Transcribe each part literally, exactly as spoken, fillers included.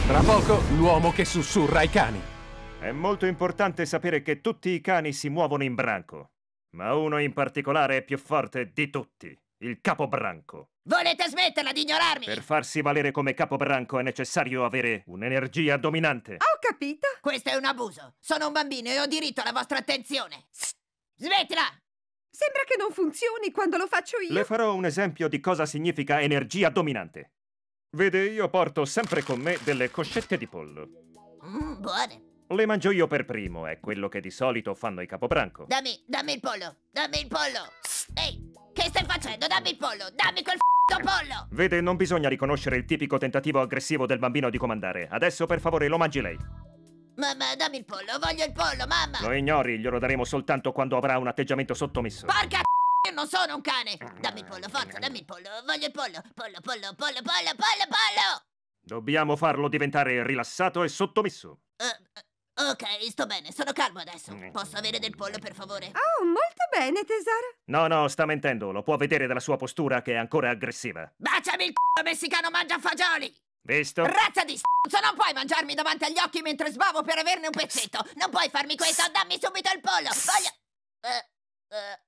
Tra poco, l'uomo che sussurra ai cani. È molto importante sapere che tutti i cani si muovono in branco, ma uno in particolare è più forte di tutti, il capobranco. Volete smetterla di ignorarmi? Per farsi valere come capobranco è necessario avere un'energia dominante. Ho capito. Questo è un abuso. Sono un bambino e ho diritto alla vostra attenzione. Smettila! Sembra che non funzioni quando lo faccio io. Le farò un esempio di cosa significa energia dominante. Vede, io porto sempre con me delle coscette di pollo. Mmm, buone. Le mangio io per primo, è quello che di solito fanno i capobranco. Dammi, dammi il pollo, dammi il pollo. Ehi, che stai facendo? Dammi il pollo, dammi quel f***o pollo. Vede, non bisogna riconoscere il tipico tentativo aggressivo del bambino di comandare. Adesso, per favore, lo mangi lei. Mamma, dammi il pollo, voglio il pollo, mamma. Lo ignori, glielo daremo soltanto quando avrà un atteggiamento sottomesso. Porca io non sono un cane. Dammi il pollo, forza, dammi il pollo, voglio il pollo. Pollo, pollo, pollo, pollo, pollo, pollo. Dobbiamo farlo diventare rilassato e sottomesso. Uh, ok, sto bene, sono calmo adesso. Posso avere del pollo, per favore? Oh, molto bene, tesoro. No, no, sta mentendo. Lo può vedere dalla sua postura che è ancora aggressiva. Baciami il c***o messicano mangia fagioli! Visto? Razza di s***o, non puoi mangiarmi davanti agli occhi mentre sbavo per averne un pezzetto! Non puoi farmi questo, dammi subito il pollo! Voglio... Uh, uh.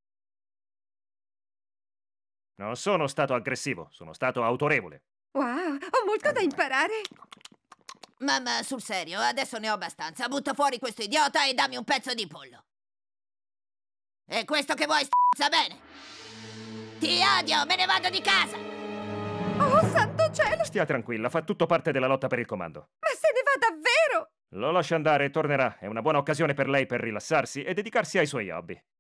Non sono stato aggressivo, sono stato autorevole. Wow, ho molto da imparare. Mamma, sul serio, adesso ne ho abbastanza. Butta fuori questo idiota e dammi un pezzo di pollo. È questo che vuoi, st***a, bene? Ti odio, me ne vado di casa! Oh, santo cielo! Stia tranquilla, fa tutto parte della lotta per il comando. Ma se ne va davvero? Lo lascia andare e tornerà. È una buona occasione per lei per rilassarsi e dedicarsi ai suoi hobby.